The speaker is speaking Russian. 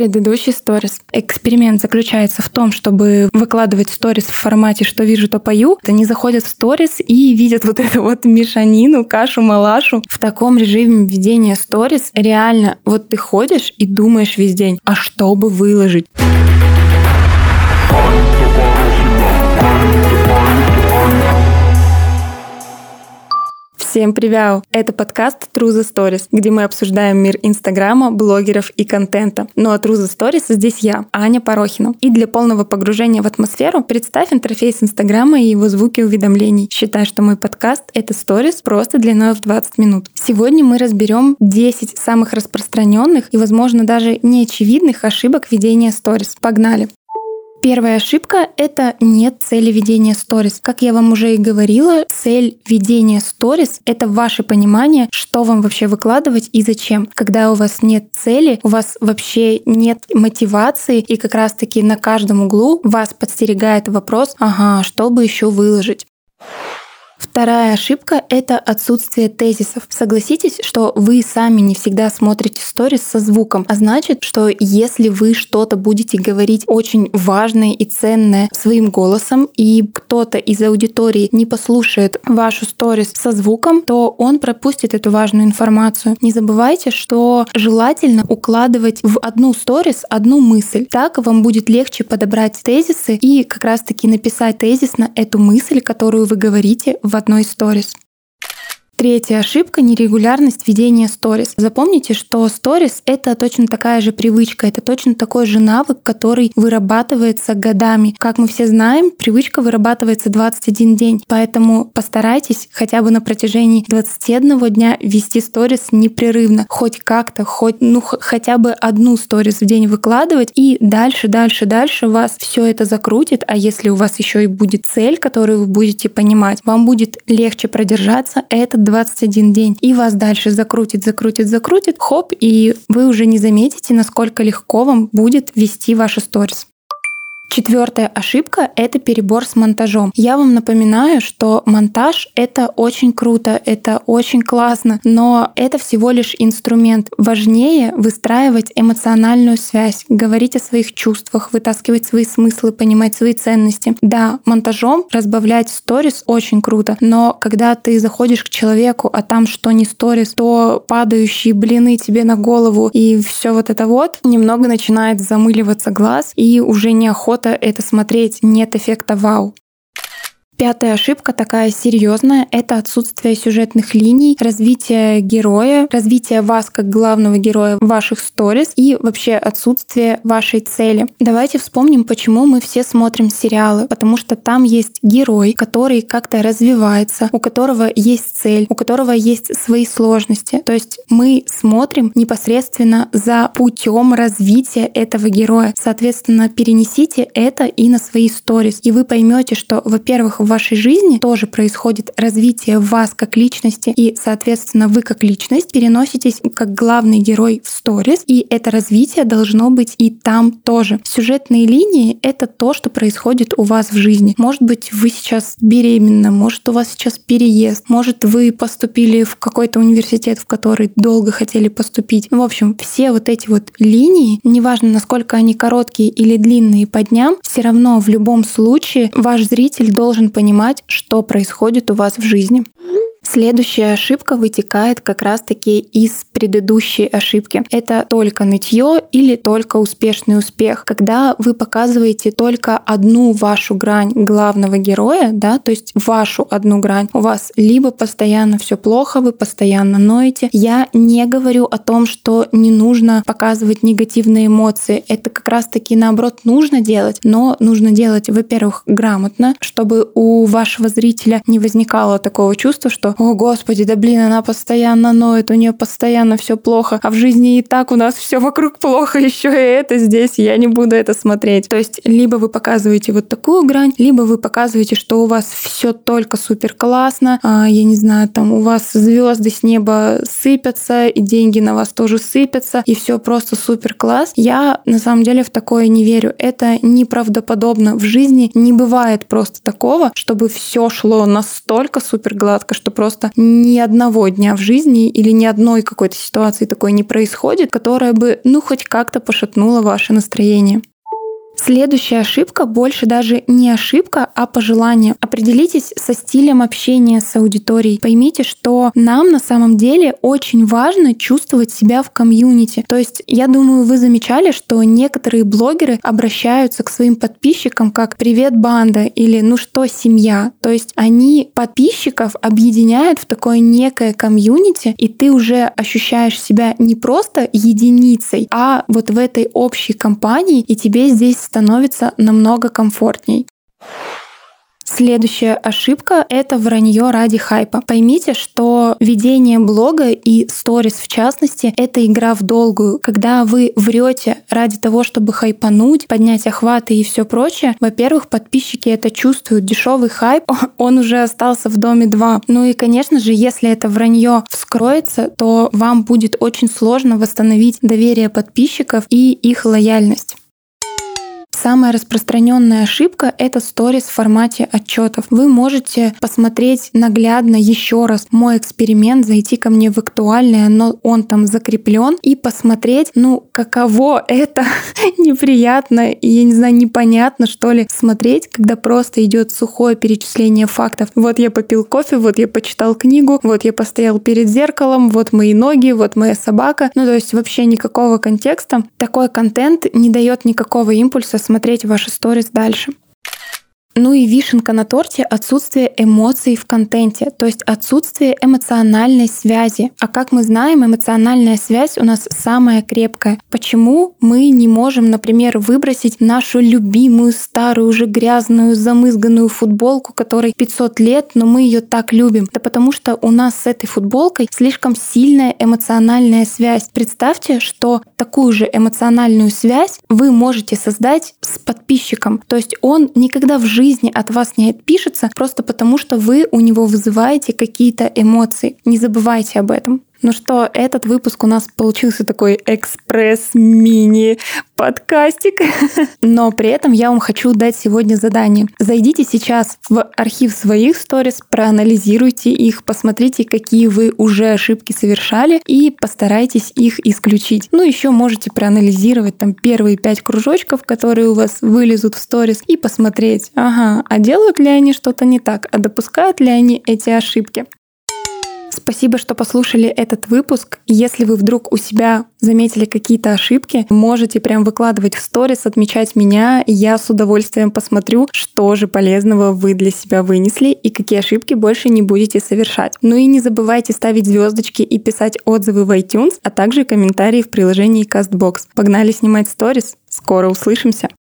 Предыдущий сторис. Эксперимент заключается в том, чтобы выкладывать сторис в формате «что вижу, то пою». Они заходят в сторис и видят вот эту вот мешанину, кашу-малашу. В таком режиме ведения сторис реально вот ты ходишь и думаешь весь день, а что бы выложить? Всем привет! Это подкаст True the Stories, где мы обсуждаем мир Инстаграма, блогеров и контента. Ну а True the Stories здесь я, Аня Порохина. И для полного погружения в атмосферу представь интерфейс Инстаграма и его звуки уведомлений. Считай, что мой подкаст — это Stories просто длиной в 20 минут. Сегодня мы разберем 10 самых распространенных и, возможно, даже неочевидных ошибок ведения Stories. Погнали! Первая ошибка — это нет цели ведения сторис. Как я вам уже и говорила, цель ведения сторис — это ваше понимание, что вам вообще выкладывать и зачем. Когда у вас нет цели, у вас вообще нет мотивации, и как раз-таки на каждом углу вас подстерегает вопрос: ага, что бы еще выложить? Вторая ошибка — это отсутствие тезисов. Согласитесь, что вы сами не всегда смотрите сторис со звуком, а значит, что если вы что-то будете говорить очень важное и ценное своим голосом, и кто-то из аудитории не послушает вашу сторис со звуком, то он пропустит эту важную информацию. Не забывайте, что желательно укладывать в одну сторис одну мысль. Так вам будет легче подобрать тезисы и как раз-таки написать тезисно эту мысль, которую вы говорите в одной сторис. Третья ошибка — нерегулярность ведения сторис. Запомните, что сторис — это точно такая же привычка, это точно такой же навык, который вырабатывается годами. Как мы все знаем, привычка вырабатывается 21 день, поэтому постарайтесь хотя бы на протяжении 21 дня вести сторис непрерывно, хоть как-то, хотя бы одну сторис в день выкладывать, и дальше вас все это закрутит, а если у вас еще и будет цель, которую вы будете понимать, вам будет легче продержаться этот 21 день, и вас дальше закрутит, хоп, и вы уже не заметите, насколько легко вам будет вести ваши сторис. Четвертая ошибка — это перебор с монтажом. Я вам напоминаю, что монтаж — это очень круто, это очень классно, но это всего лишь инструмент. Важнее выстраивать эмоциональную связь, говорить о своих чувствах, вытаскивать свои смыслы, понимать свои ценности. Да, монтажом разбавлять сторис очень круто, но когда ты заходишь к человеку, а там что не сторис, то падающие блины тебе на голову и все вот это вот, немного начинает замыливаться глаз, и уже неохота это смотреть, нет эффекта вау. Пятая ошибка, такая серьезная, это отсутствие сюжетных линий, развитие героя, развитие вас как главного героя в ваших сторис и вообще отсутствие вашей цели. Давайте вспомним, почему мы все смотрим сериалы. Потому что там есть герой, который как-то развивается, у которого есть цель, у которого есть свои сложности. То есть мы смотрим непосредственно за путем развития этого героя. Соответственно, перенесите это и на свои сторис, и вы поймете, что, во-первых, в вашей жизни тоже происходит развитие вас как личности, и, соответственно, вы как личность переноситесь как главный герой в сторис, и это развитие должно быть и там тоже. Сюжетные линии — это то, что происходит у вас в жизни. Может быть, вы сейчас беременна, может, у вас сейчас переезд, может, вы поступили в какой-то университет, в который долго хотели поступить. В общем, все вот эти вот линии, неважно, насколько они короткие или длинные по дням, все равно в любом случае ваш зритель должен понимать, что происходит у вас в жизни. Следующая ошибка вытекает как раз-таки из предыдущей ошибки. Это только нытье или только успешный успех. Когда вы показываете только одну вашу грань главного героя, да, то есть вашу одну грань, у вас либо постоянно все плохо, вы постоянно ноете. Я не говорю о том, что не нужно показывать негативные эмоции. Это как раз-таки наоборот нужно делать, но нужно делать, во-первых, грамотно, чтобы у вашего зрителя не возникало такого чувства, что «О, Господи, да блин, она постоянно ноет, у нее постоянно все плохо, а в жизни и так у нас все вокруг плохо, еще и это здесь, я не буду это смотреть». То есть либо вы показываете вот такую грань, либо вы показываете, что у вас все только супер классно, я не знаю, там у вас звезды с неба сыпятся, и деньги на вас тоже сыпятся, и все просто супер класс. Я на самом деле в такое не верю. Это неправдоподобно. В жизни не бывает просто такого, чтобы все шло настолько супер гладко, что просто просто ни одного дня в жизни или ни одной какой-то ситуации такой не происходит, которая бы, хоть как-то пошатнула ваше настроение. Следующая ошибка больше даже не ошибка, а пожелание. Определитесь со стилем общения с аудиторией. Поймите, что нам на самом деле очень важно чувствовать себя в комьюнити. То есть, я думаю, вы замечали, что некоторые блогеры обращаются к своим подписчикам как «Привет, банда» или «Ну что, семья?». То есть они подписчиков объединяют в такое некое комьюнити, и ты уже ощущаешь себя не просто единицей, а вот в этой общей компании, и тебе здесь становится намного комфортней. Следующая ошибка — это вранье ради хайпа. Поймите, что ведение блога и сторис в частности — это игра в долгую. Когда вы врете ради того, чтобы хайпануть, поднять охваты и все прочее, во-первых, подписчики это чувствуют. Дешевый хайп, он уже остался в доме 2. Ну и, конечно же, если это вранье вскроется, то вам будет очень сложно восстановить доверие подписчиков и их лояльность. Самая распространенная ошибка — это сторис в формате отчетов. Вы можете посмотреть наглядно еще раз мой эксперимент, зайти ко мне в актуальное, но он там закреплен, и посмотреть, каково это неприятно и, я не знаю, непонятно, что ли, смотреть, когда просто идет сухое перечисление фактов. Вот я попил кофе, вот я почитал книгу, вот я постоял перед зеркалом, вот мои ноги, вот моя собака. То есть вообще никакого контекста. Такой контент не дает никакого импульса смотреть ваши сторис дальше. И вишенка на торте — отсутствие эмоций в контенте, то есть отсутствие эмоциональной связи. А как мы знаем, эмоциональная связь у нас самая крепкая. Почему мы не можем, например, выбросить нашу любимую, старую, уже грязную, замызганную футболку, которой 500 лет, но мы ее так любим? Да потому что у нас с этой футболкой слишком сильная эмоциональная связь. Представьте, что такую же эмоциональную связь вы можете создать с подписчиком. То есть он никогда в жизни от вас не отпишется просто потому, что вы у него вызываете какие-то эмоции. Не забывайте об этом. Что, этот выпуск у нас получился такой экспресс-мини-подкастик. Но при этом я вам хочу дать сегодня задание. Зайдите сейчас в архив своих сторис, проанализируйте их, посмотрите, какие вы уже ошибки совершали, и постарайтесь их исключить. Еще можете проанализировать там первые 5 кружочков, которые у вас вылезут в сторис, и посмотреть, а делают ли они что-то не так, а допускают ли они эти ошибки. Спасибо, что послушали этот выпуск. Если вы вдруг у себя заметили какие-то ошибки, можете прям выкладывать в сторис, отмечать меня, и я с удовольствием посмотрю, что же полезного вы для себя вынесли и какие ошибки больше не будете совершать. И не забывайте ставить звездочки и писать отзывы в iTunes, а также комментарии в приложении CastBox. Погнали снимать сторис. Скоро услышимся!